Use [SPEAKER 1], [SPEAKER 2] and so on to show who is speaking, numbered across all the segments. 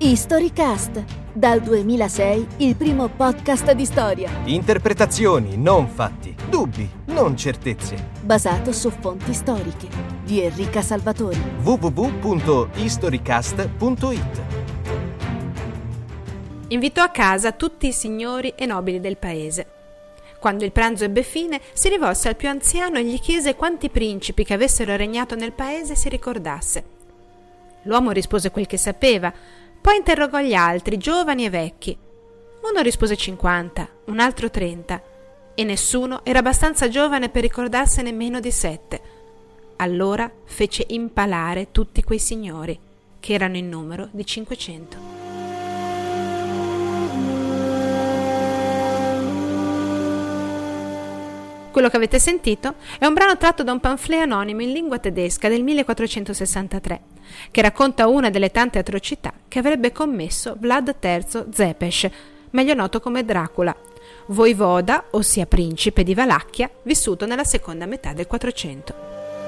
[SPEAKER 1] Historycast, dal 2006 il primo podcast di storia.
[SPEAKER 2] Interpretazioni, non fatti. Dubbi, non certezze.
[SPEAKER 1] Basato su fonti storiche. Di Enrica Salvatori.
[SPEAKER 2] www.historycast.it.
[SPEAKER 3] Invitò a casa tutti i signori e nobili del paese. Quando il pranzo ebbe fine, si rivolse al più anziano e gli chiese quanti principi che avessero regnato nel paese si ricordasse. L'uomo rispose quel che sapeva. Poi interrogò gli altri, giovani e vecchi. Uno rispose 50, un altro 30, e nessuno era abbastanza giovane per ricordarsene meno di 7. Allora fece impalare tutti quei signori, che erano in numero di 500. Quello che avete sentito è un brano tratto da un pamphlet anonimo in lingua tedesca del 1463, che racconta una delle tante atrocità che avrebbe commesso Vlad III Tzepes, meglio noto come Dracula, voivoda, ossia principe di Valacchia, vissuto nella seconda metà del 400.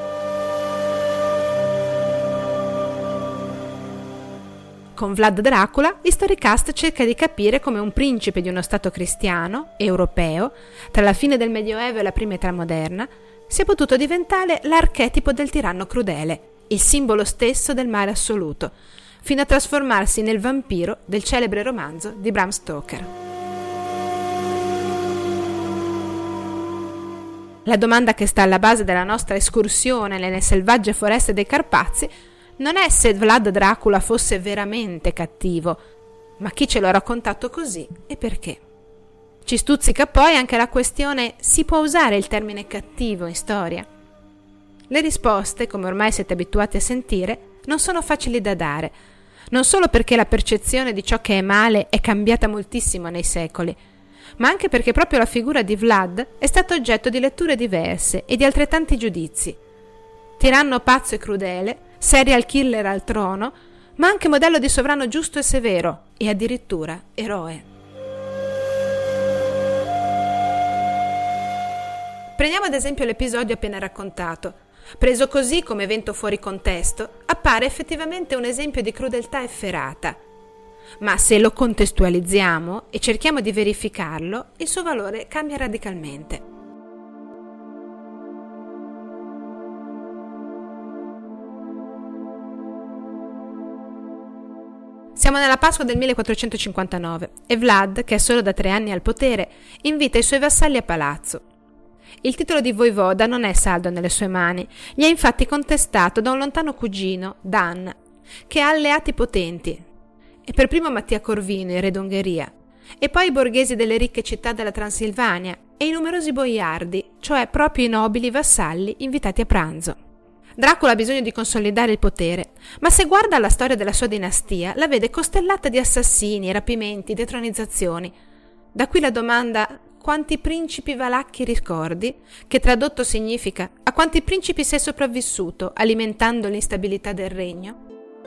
[SPEAKER 3] Con Vlad Dracula, Historycast cerca di capire come un principe di uno stato cristiano, europeo, tra la fine del Medioevo e la prima età moderna, sia potuto diventare l'archetipo del tiranno crudele, il simbolo stesso del male assoluto, fino a trasformarsi nel vampiro del celebre romanzo di Bram Stoker. La domanda che sta alla base della nostra escursione nelle selvagge foreste dei Carpazi non è se Vlad Dracula fosse veramente cattivo, ma chi ce l'ha raccontato così e perché. Ci stuzzica poi anche la questione: si può usare il termine cattivo in storia? Le risposte, come ormai siete abituati a sentire, non sono facili da dare, non solo perché la percezione di ciò che è male è cambiata moltissimo nei secoli, ma anche perché proprio la figura di Vlad è stata oggetto di letture diverse e di altrettanti giudizi. Tiranno pazzo e crudele, serial killer al trono, ma anche modello di sovrano giusto e severo, e addirittura eroe. Prendiamo ad esempio l'episodio appena raccontato. Preso così come evento fuori contesto, appare effettivamente un esempio di crudeltà efferata. Ma se lo contestualizziamo e cerchiamo di verificarlo, il suo valore cambia radicalmente. Siamo nella Pasqua del 1459 e Vlad, che è solo da 3 anni al potere, invita i suoi vassalli a palazzo. Il titolo di voivoda non è saldo nelle sue mani, gli è infatti contestato da un lontano cugino, Dan, che ha alleati potenti, e per primo Mattia Corvino, il re d'Ungheria, e poi i borghesi delle ricche città della Transilvania e i numerosi boiardi, cioè proprio i nobili vassalli invitati a pranzo. Dracula ha bisogno di consolidare il potere, ma se guarda alla storia della sua dinastia, la vede costellata di assassini, rapimenti, detronizzazioni. Da qui la domanda: quanti principi valacchi ricordi? Che tradotto significa: a quanti principi sei sopravvissuto, alimentando l'instabilità del regno?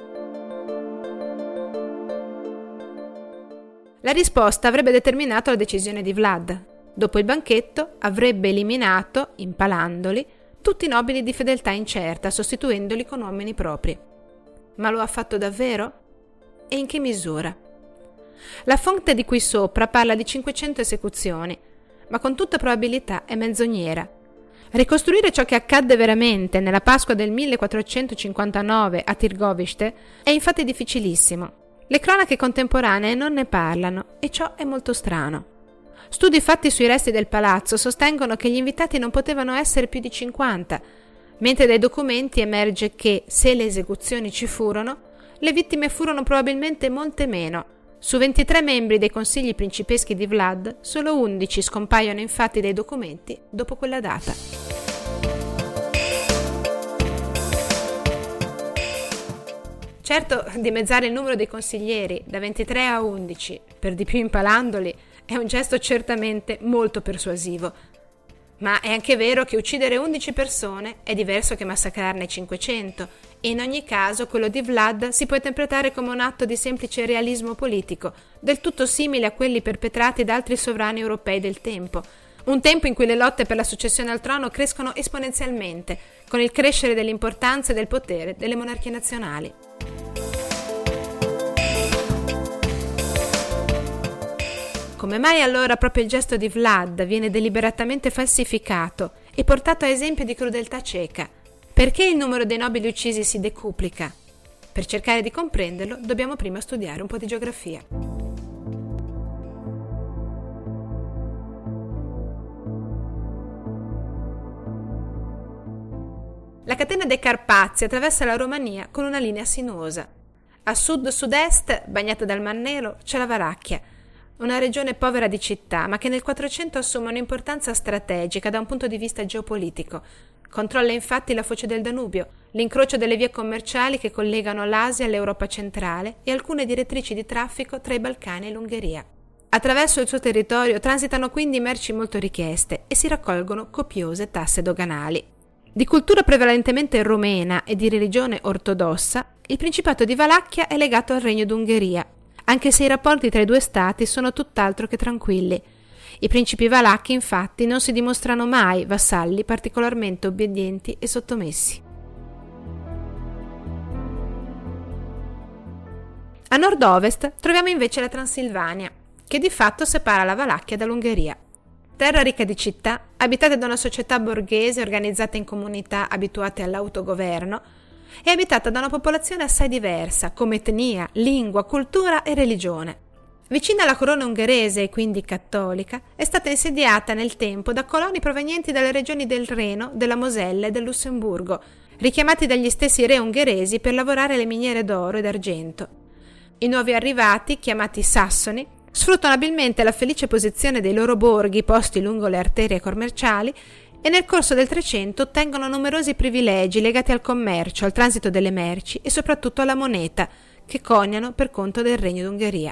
[SPEAKER 3] La risposta avrebbe determinato la decisione di Vlad. Dopo il banchetto avrebbe eliminato, impalandoli, tutti i nobili di fedeltà incerta, sostituendoli con uomini propri. Ma lo ha fatto davvero? E in che misura? La fonte di qui sopra parla di 500 esecuzioni, ma con tutta probabilità è menzognera. Ricostruire ciò che accadde veramente nella Pasqua del 1459 a Târgoviște è infatti difficilissimo. Le cronache contemporanee non ne parlano e ciò è molto strano. Studi fatti sui resti del palazzo sostengono che gli invitati non potevano essere più di 50, mentre dai documenti emerge che, se le esecuzioni ci furono, le vittime furono probabilmente molte meno. Su 23 membri dei consigli principeschi di Vlad, solo 11 scompaiono infatti dai documenti dopo quella data. Certo, dimezzare il numero dei consiglieri da 23 a 11, per di più impalandoli, è un gesto certamente molto persuasivo. Ma è anche vero che uccidere 11 persone è diverso che massacrarne 500, e in ogni caso quello di Vlad si può interpretare come un atto di semplice realismo politico, del tutto simile a quelli perpetrati da altri sovrani europei del tempo, un tempo in cui le lotte per la successione al trono crescono esponenzialmente, con il crescere dell'importanza e del potere delle monarchie nazionali. Come mai allora proprio il gesto di Vlad viene deliberatamente falsificato e portato a esempio di crudeltà cieca? Perché il numero dei nobili uccisi si decuplica? Per cercare di comprenderlo dobbiamo prima studiare un po' di geografia. La catena dei Carpazi attraversa la Romania con una linea sinuosa. A sud-sud-est, bagnata dal Mar Nero, c'è la Valacchia, una regione povera di città, ma che nel 400 assume un'importanza strategica da un punto di vista geopolitico. Controlla infatti la foce del Danubio, l'incrocio delle vie commerciali che collegano l'Asia all'Europa centrale e alcune direttrici di traffico tra i Balcani e l'Ungheria. Attraverso il suo territorio transitano quindi merci molto richieste e si raccolgono copiose tasse doganali. Di cultura prevalentemente romena e di religione ortodossa, il Principato di Valacchia è legato al Regno d'Ungheria, anche se i rapporti tra i due stati sono tutt'altro che tranquilli. I principi valacchi, infatti, non si dimostrano mai vassalli particolarmente obbedienti e sottomessi. A nord-ovest troviamo invece la Transilvania, che di fatto separa la Valacchia dall'Ungheria. Terra ricca di città, abitate da una società borghese organizzata in comunità abituate all'autogoverno, è abitata da una popolazione assai diversa come etnia, lingua, cultura e religione. Vicina alla corona ungherese e quindi cattolica, è stata insediata nel tempo da coloni provenienti dalle regioni del Reno, della Mosella e del Lussemburgo, richiamati dagli stessi re ungheresi per lavorare le miniere d'oro ed argento. I nuovi arrivati, chiamati sassoni, sfruttano abilmente la felice posizione dei loro borghi posti lungo le arterie commerciali e nel corso del Trecento ottengono numerosi privilegi legati al commercio, al transito delle merci e soprattutto alla moneta, che coniano per conto del Regno d'Ungheria.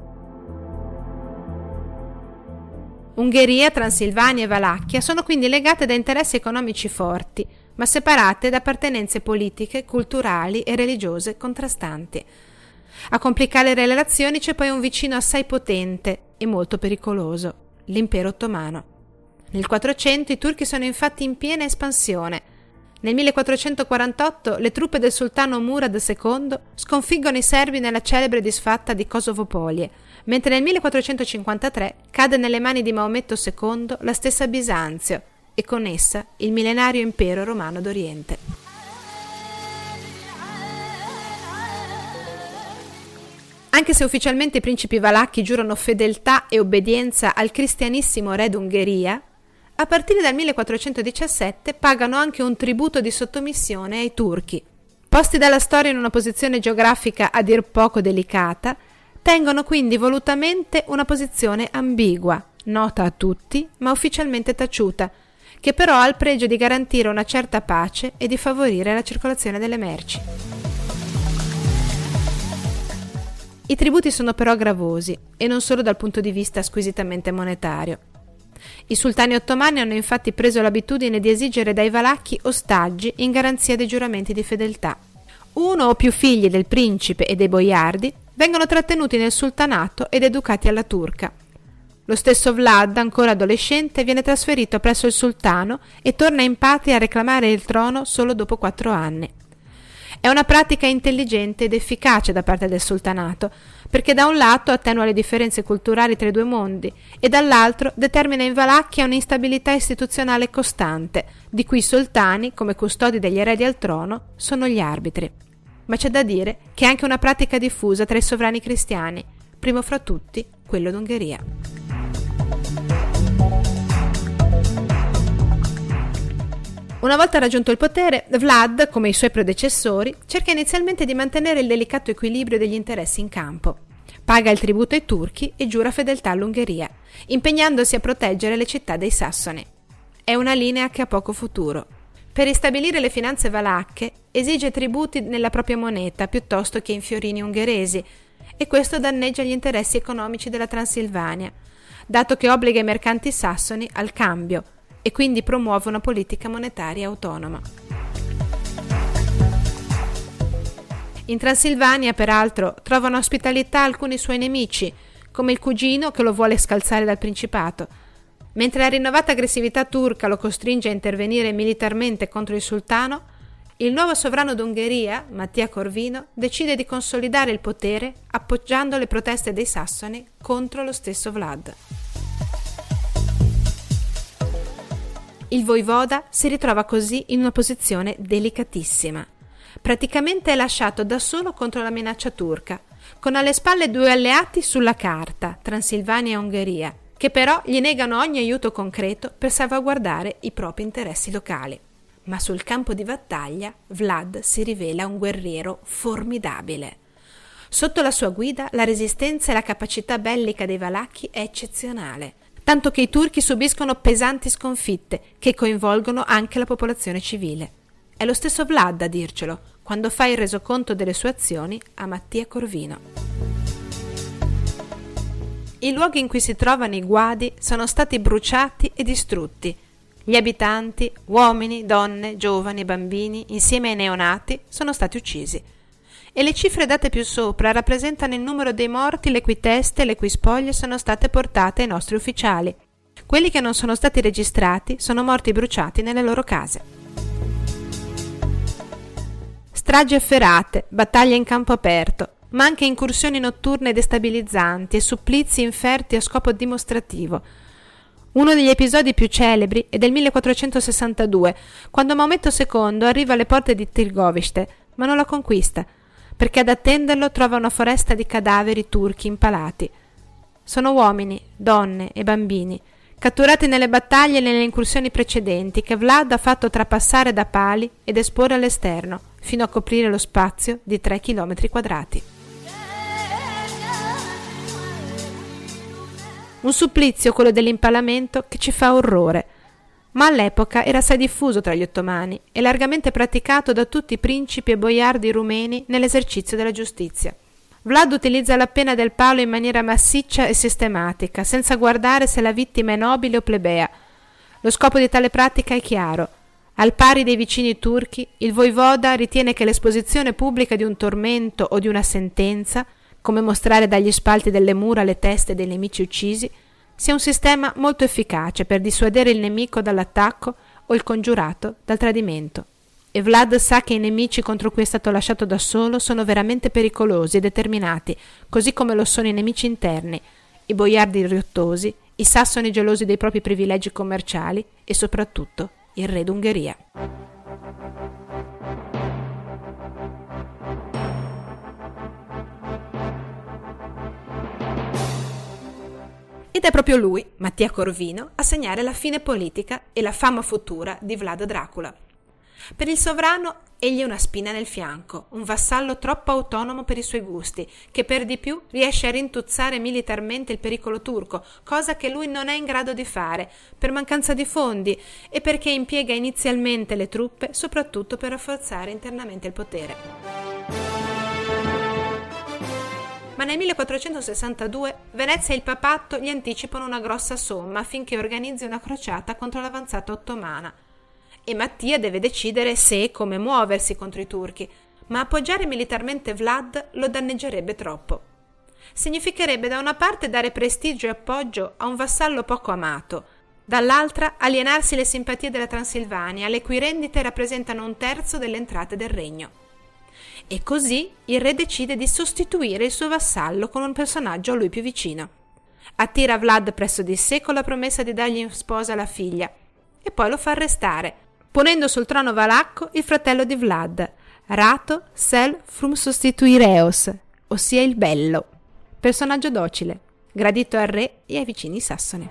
[SPEAKER 3] Ungheria, Transilvania e Valacchia sono quindi legate da interessi economici forti, ma separate da appartenenze politiche, culturali e religiose contrastanti. A complicare le relazioni c'è poi un vicino assai potente e molto pericoloso, l'Impero Ottomano. Nel 400 i turchi sono infatti in piena espansione. Nel 1448 le truppe del sultano Murad II sconfiggono i serbi nella celebre disfatta di Kosovo-Polje, mentre nel 1453 cade nelle mani di Maometto II la stessa Bisanzio e con essa il millenario impero romano d'Oriente. Anche se ufficialmente i principi valacchi giurano fedeltà e obbedienza al cristianissimo re d'Ungheria, a partire dal 1417 pagano anche un tributo di sottomissione ai turchi. Posti dalla storia in una posizione geografica a dir poco delicata, tengono quindi volutamente una posizione ambigua, nota a tutti, ma ufficialmente taciuta, che però ha il pregio di garantire una certa pace e di favorire la circolazione delle merci. I tributi sono però gravosi, e non solo dal punto di vista squisitamente monetario. I sultani ottomani hanno infatti preso l'abitudine di esigere dai valacchi ostaggi in garanzia dei giuramenti di fedeltà. Uno o più figli del principe e dei boiardi vengono trattenuti nel sultanato ed educati alla turca. Lo stesso Vlad, ancora adolescente, viene trasferito presso il sultano e torna in patria a reclamare il trono solo dopo 4 anni. È una pratica intelligente ed efficace da parte del sultanato, perché da un lato attenua le differenze culturali tra i due mondi e dall'altro determina in Valacchia un'instabilità istituzionale costante, di cui i sultani, come custodi degli eredi al trono, sono gli arbitri. Ma c'è da dire che è anche una pratica diffusa tra i sovrani cristiani, primo fra tutti quello d'Ungheria. Una volta raggiunto il potere, Vlad, come i suoi predecessori, cerca inizialmente di mantenere il delicato equilibrio degli interessi in campo. Paga il tributo ai turchi e giura fedeltà all'Ungheria, impegnandosi a proteggere le città dei sassoni. È una linea che ha poco futuro. Per ristabilire le finanze valacche esige tributi nella propria moneta piuttosto che in fiorini ungheresi, e questo danneggia gli interessi economici della Transilvania, dato che obbliga i mercanti sassoni al cambio, e quindi promuove una politica monetaria autonoma. In Transilvania, peraltro, trovano ospitalità alcuni suoi nemici, come il cugino che lo vuole scalzare dal principato. Mentre la rinnovata aggressività turca lo costringe a intervenire militarmente contro il sultano, il nuovo sovrano d'Ungheria, Mattia Corvino, decide di consolidare il potere appoggiando le proteste dei sassoni contro lo stesso Vlad. Il voivoda si ritrova così in una posizione delicatissima. Praticamente è lasciato da solo contro la minaccia turca, con alle spalle 2 alleati sulla carta, Transilvania e Ungheria, che però gli negano ogni aiuto concreto per salvaguardare i propri interessi locali. Ma sul campo di battaglia Vlad si rivela un guerriero formidabile. Sotto la sua guida la resistenza e la capacità bellica dei Valacchi è eccezionale, tanto che i turchi subiscono pesanti sconfitte che coinvolgono anche la popolazione civile. È lo stesso Vlad a dircelo, quando fa il resoconto delle sue azioni a Mattia Corvino. I luoghi in cui si trovano i guadi sono stati bruciati e distrutti. Gli abitanti, uomini, donne, giovani, bambini, insieme ai neonati, sono stati uccisi. E le cifre date più sopra rappresentano il numero dei morti le cui teste e le cui spoglie sono state portate ai nostri ufficiali. Quelli che non sono stati registrati sono morti bruciati nelle loro case. Stragi efferate, battaglie in campo aperto, ma anche incursioni notturne destabilizzanti e supplizi inferti a scopo dimostrativo. Uno degli episodi più celebri è del 1462, quando Maometto II arriva alle porte di Tirgoviste, ma non la conquista, perché ad attenderlo trova una foresta di cadaveri turchi impalati. Sono uomini, donne e bambini, catturati nelle battaglie e nelle incursioni precedenti che Vlad ha fatto trapassare da pali ed esporre all'esterno, fino a coprire lo spazio di 3 chilometri quadrati. Un supplizio, quello dell'impalamento, che ci fa orrore, ma all'epoca era assai diffuso tra gli ottomani e largamente praticato da tutti i principi e boiardi rumeni nell'esercizio della giustizia. Vlad utilizza la pena del palo in maniera massiccia e sistematica, senza guardare se la vittima è nobile o plebea. Lo scopo di tale pratica è chiaro. Al pari dei vicini turchi, il voivoda ritiene che l'esposizione pubblica di un tormento o di una sentenza, come mostrare dagli spalti delle mura le teste dei nemici uccisi, sia un sistema molto efficace per dissuadere il nemico dall'attacco o il congiurato dal tradimento. E Vlad sa che i nemici contro cui è stato lasciato da solo sono veramente pericolosi e determinati, così come lo sono i nemici interni, i boiardi riottosi, i sassoni gelosi dei propri privilegi commerciali e soprattutto il re d'Ungheria. Ed è proprio lui, Mattia Corvino, a segnare la fine politica e la fama futura di Vlad Dracula. Per il sovrano egli è una spina nel fianco, un vassallo troppo autonomo per i suoi gusti, che per di più riesce a rintuzzare militarmente il pericolo turco, cosa che lui non è in grado di fare, per mancanza di fondi e perché impiega inizialmente le truppe soprattutto per rafforzare internamente il potere. Ma nel 1462 Venezia e il papato gli anticipano una grossa somma affinché organizzi una crociata contro l'avanzata ottomana. E Mattia deve decidere se e come muoversi contro i turchi, ma appoggiare militarmente Vlad lo danneggerebbe troppo. Significherebbe da una parte dare prestigio e appoggio a un vassallo poco amato, dall'altra alienarsi le simpatie della Transilvania, le cui rendite rappresentano 1/3 delle entrate del regno. E così il re decide di sostituire il suo vassallo con un personaggio a lui più vicino. Attira Vlad presso di sé con la promessa di dargli in sposa la figlia, e poi lo fa arrestare, ponendo sul trono valacco il fratello di Vlad, Rato sel frum sostituireos, ossia il bello, personaggio docile, gradito al re e ai vicini sassoni.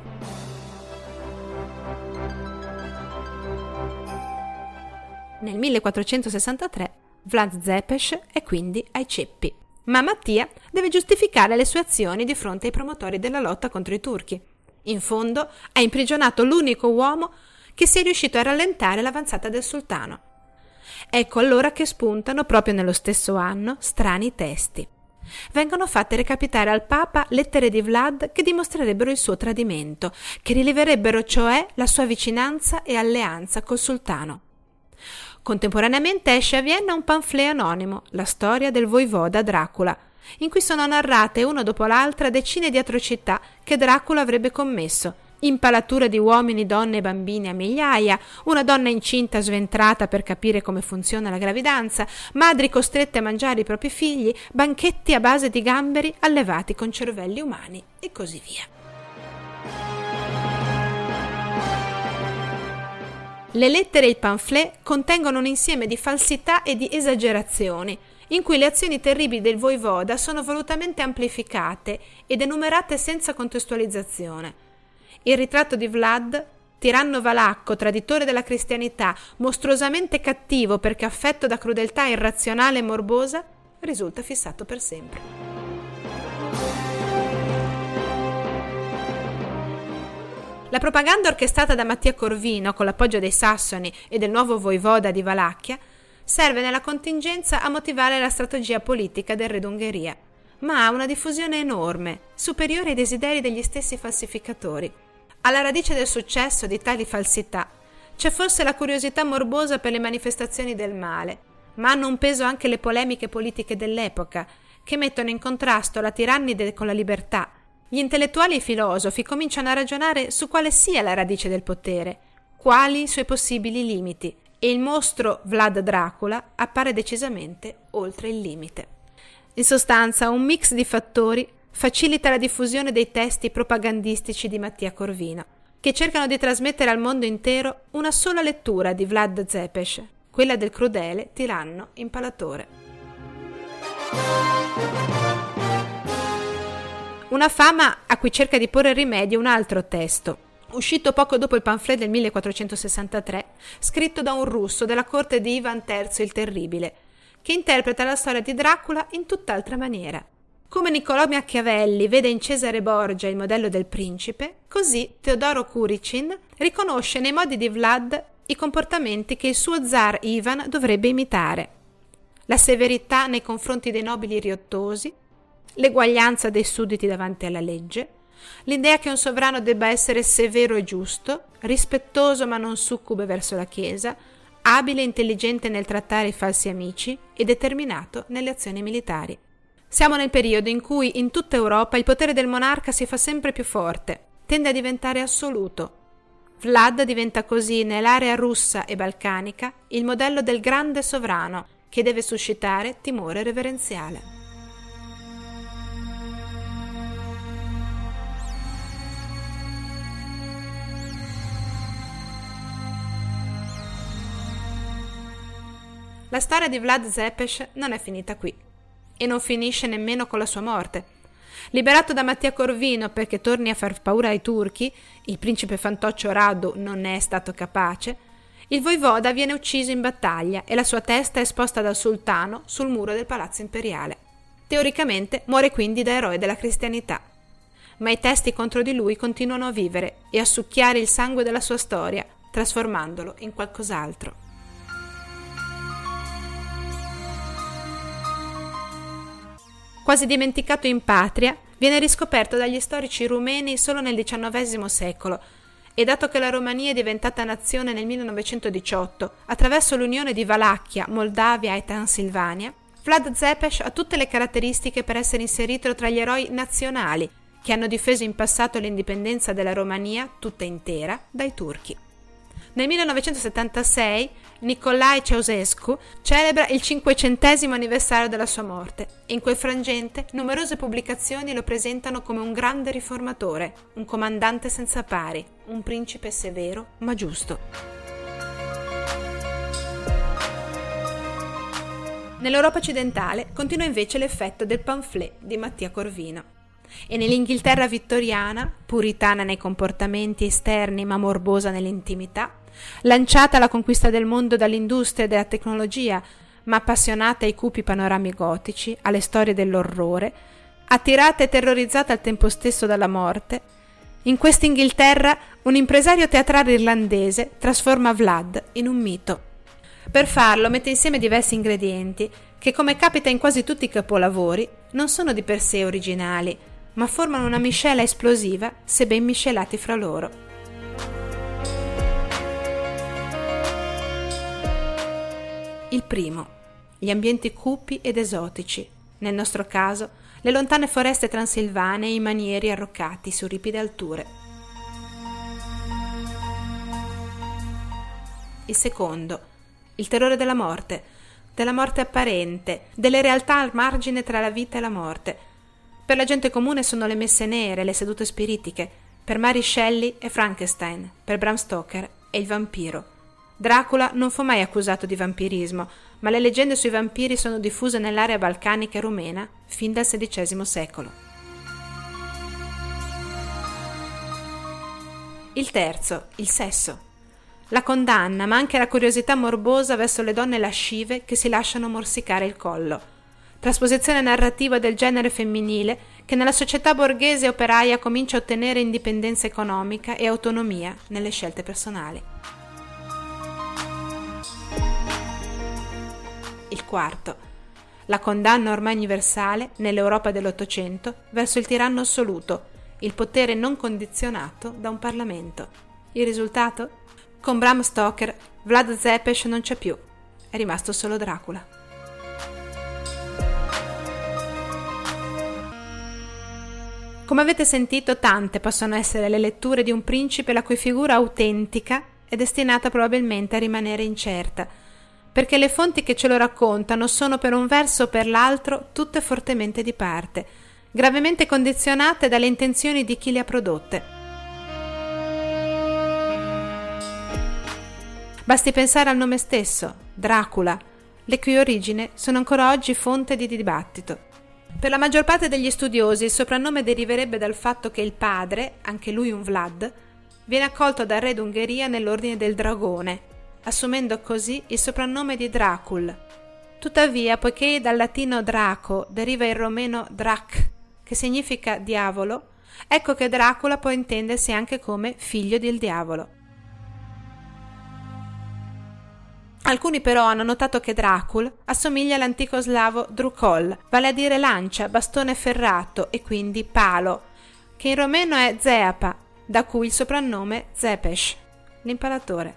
[SPEAKER 3] Nel 1463 Vlad Zepes è quindi ai ceppi, ma Mattia deve giustificare le sue azioni di fronte ai promotori della lotta contro i turchi. In fondo ha imprigionato l'unico uomo che sia riuscito a rallentare l'avanzata del sultano. Ecco allora che spuntano, proprio nello stesso anno, strani testi. Vengono fatte recapitare al Papa lettere di Vlad che dimostrerebbero il suo tradimento, che rileverebbero cioè la sua vicinanza e alleanza col sultano. Contemporaneamente esce a Vienna un pamphlet anonimo, La storia del voivoda Dracula, in cui sono narrate uno dopo l'altra decine di atrocità che Dracula avrebbe commesso, impalature di uomini, donne e bambini a migliaia, una donna incinta sventrata per capire come funziona la gravidanza, madri costrette a mangiare i propri figli, banchetti a base di gamberi allevati con cervelli umani e così via. Le lettere e i pamphlet contengono un insieme di falsità e di esagerazioni, in cui le azioni terribili del voivoda sono volutamente amplificate ed enumerate senza contestualizzazione. Il ritratto di Vlad, tiranno valacco, traditore della cristianità, mostruosamente cattivo perché affetto da crudeltà irrazionale e morbosa, risulta fissato per sempre. La propaganda orchestrata da Mattia Corvino con l'appoggio dei Sassoni e del nuovo voivoda di Valacchia serve nella contingenza a motivare la strategia politica del re d'Ungheria, ma ha una diffusione enorme, superiore ai desideri degli stessi falsificatori. Alla radice del successo di tali falsità c'è forse la curiosità morbosa per le manifestazioni del male, ma hanno un peso anche le polemiche politiche dell'epoca, che mettono in contrasto la tirannide con la libertà. Gli intellettuali e i filosofi cominciano a ragionare su quale sia la radice del potere, quali i suoi possibili limiti, e il mostro Vlad Dracula appare decisamente oltre il limite. In sostanza, un mix di fattori facilita la diffusione dei testi propagandistici di Mattia Corvino, che cercano di trasmettere al mondo intero una sola lettura di Vlad Tepes, quella del crudele tiranno impalatore. Una fama a cui cerca di porre rimedio un altro testo, uscito poco dopo il pamphlet del 1463, scritto da un russo della corte di Ivan III il Terribile, che interpreta la storia di Dracula in tutt'altra maniera. Come Niccolò Machiavelli vede in Cesare Borgia il modello del principe, così Teodoro Kuricin riconosce nei modi di Vlad i comportamenti che il suo zar Ivan dovrebbe imitare: la severità nei confronti dei nobili riottosi, l'eguaglianza dei sudditi davanti alla legge, l'idea che un sovrano debba essere severo e giusto, rispettoso ma non succube verso la Chiesa, abile e intelligente nel trattare i falsi amici e determinato nelle azioni militari. Siamo nel periodo in cui in tutta Europa il potere del monarca si fa sempre più forte, tende a diventare assoluto. Vlad diventa così nell'area russa e balcanica il modello del grande sovrano che deve suscitare timore reverenziale. La storia di Vlad Tepes non è finita qui e non finisce nemmeno con la sua morte. Liberato da Mattia Corvino perché torni a far paura ai turchi, il principe fantoccio Radu non ne è stato capace, il voivoda viene ucciso in battaglia e la sua testa è esposta dal sultano sul muro del palazzo imperiale. Teoricamente muore quindi da eroe della cristianità, ma i testi contro di lui continuano a vivere e a succhiare il sangue della sua storia, trasformandolo in qualcos'altro. Quasi dimenticato in patria, viene riscoperto dagli storici rumeni solo nel XIX secolo e dato che la Romania è diventata nazione nel 1918 attraverso l'unione di Valacchia, Moldavia e Transilvania, Vlad Tepes ha tutte le caratteristiche per essere inserito tra gli eroi nazionali che hanno difeso in passato l'indipendenza della Romania tutta intera dai turchi. Nel 1976 Nicolae Ceausescu celebra il 500° anniversario della sua morte e in quel frangente numerose pubblicazioni lo presentano come un grande riformatore, un comandante senza pari, un principe severo ma giusto. Nell'Europa occidentale continua invece l'effetto del pamphlet di Mattia Corvino. E nell'Inghilterra vittoriana, puritana nei comportamenti esterni ma morbosa nell'intimità, lanciata alla conquista del mondo dall'industria e dalla tecnologia, ma appassionata ai cupi panorami gotici, alle storie dell'orrore, attirata e terrorizzata al tempo stesso dalla morte, in quest'Inghilterra un impresario teatrale irlandese trasforma Vlad in un mito. Per farlo mette insieme diversi ingredienti che, come capita in quasi tutti i capolavori, non sono di per sé originali, ma formano una miscela esplosiva se ben miscelati fra loro. Il primo, gli ambienti cupi ed esotici, nel nostro caso le lontane foreste transilvane e i manieri arroccati su ripide alture. Il secondo, il terrore della morte apparente, delle realtà al margine tra la vita e la morte. Per la gente comune sono le messe nere, le sedute spiritiche. Per Mary Shelley è Frankenstein, per Bram Stoker è il vampiro. Dracula non fu mai accusato di vampirismo, ma le leggende sui vampiri sono diffuse nell'area balcanica e rumena fin dal XVI secolo. Il terzo, il sesso. La condanna, ma anche la curiosità morbosa verso le donne lascive che si lasciano morsicare il collo. Trasposizione narrativa del genere femminile che nella società borghese e operaia comincia a ottenere indipendenza economica e autonomia nelle scelte personali. Il quarto, la condanna ormai universale nell'Europa dell'Ottocento verso il tiranno assoluto, il potere non condizionato da un Parlamento. Il risultato? Con Bram Stoker, Vlad Tepes non c'è più, è rimasto solo Dracula. Come avete sentito, tante possono essere le letture di un principe la cui figura autentica è destinata probabilmente a rimanere incerta, perché le fonti che ce lo raccontano sono per un verso o per l'altro tutte fortemente di parte, gravemente condizionate dalle intenzioni di chi le ha prodotte. Basti pensare al nome stesso, Dracula, le cui origini sono ancora oggi fonte di dibattito. Per la maggior parte degli studiosi il soprannome deriverebbe dal fatto che il padre, anche lui un Vlad, viene accolto dal re d'Ungheria nell'ordine del dragone, assumendo così il soprannome di Dracul. Tuttavia, poiché dal latino draco deriva il romeno drac, che significa diavolo, ecco che Dracula può intendersi anche come figlio del diavolo. Alcuni però hanno notato che Dracul assomiglia all'antico slavo drukol, vale a dire lancia, bastone ferrato e quindi palo, che in romeno è zeapa, da cui il soprannome Tepes, l'impalatore.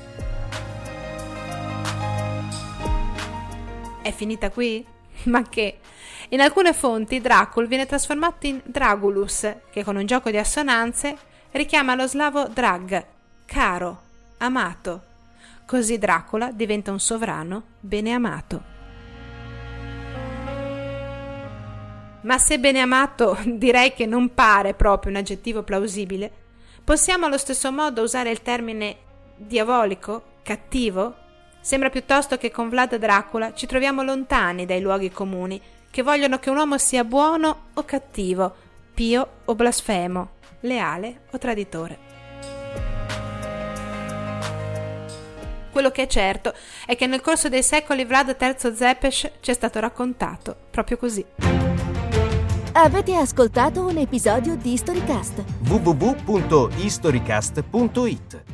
[SPEAKER 3] È finita qui? Ma che? In alcune fonti Dracul viene trasformato in Dragulus, che con un gioco di assonanze richiama lo slavo drag, caro, amato. Così Dracula diventa un sovrano bene amato. Ma se bene amato direi che non pare proprio un aggettivo plausibile, possiamo allo stesso modo usare il termine diabolico, cattivo? Sembra piuttosto che con Vlad Dracula ci troviamo lontani dai luoghi comuni, che vogliono che un uomo sia buono o cattivo, pio o blasfemo, leale o traditore. Quello che è certo è che nel corso dei secoli Vlad III Tepes ci è stato raccontato proprio così.
[SPEAKER 1] Avete ascoltato un episodio di Historycast?
[SPEAKER 2] www.historycast.it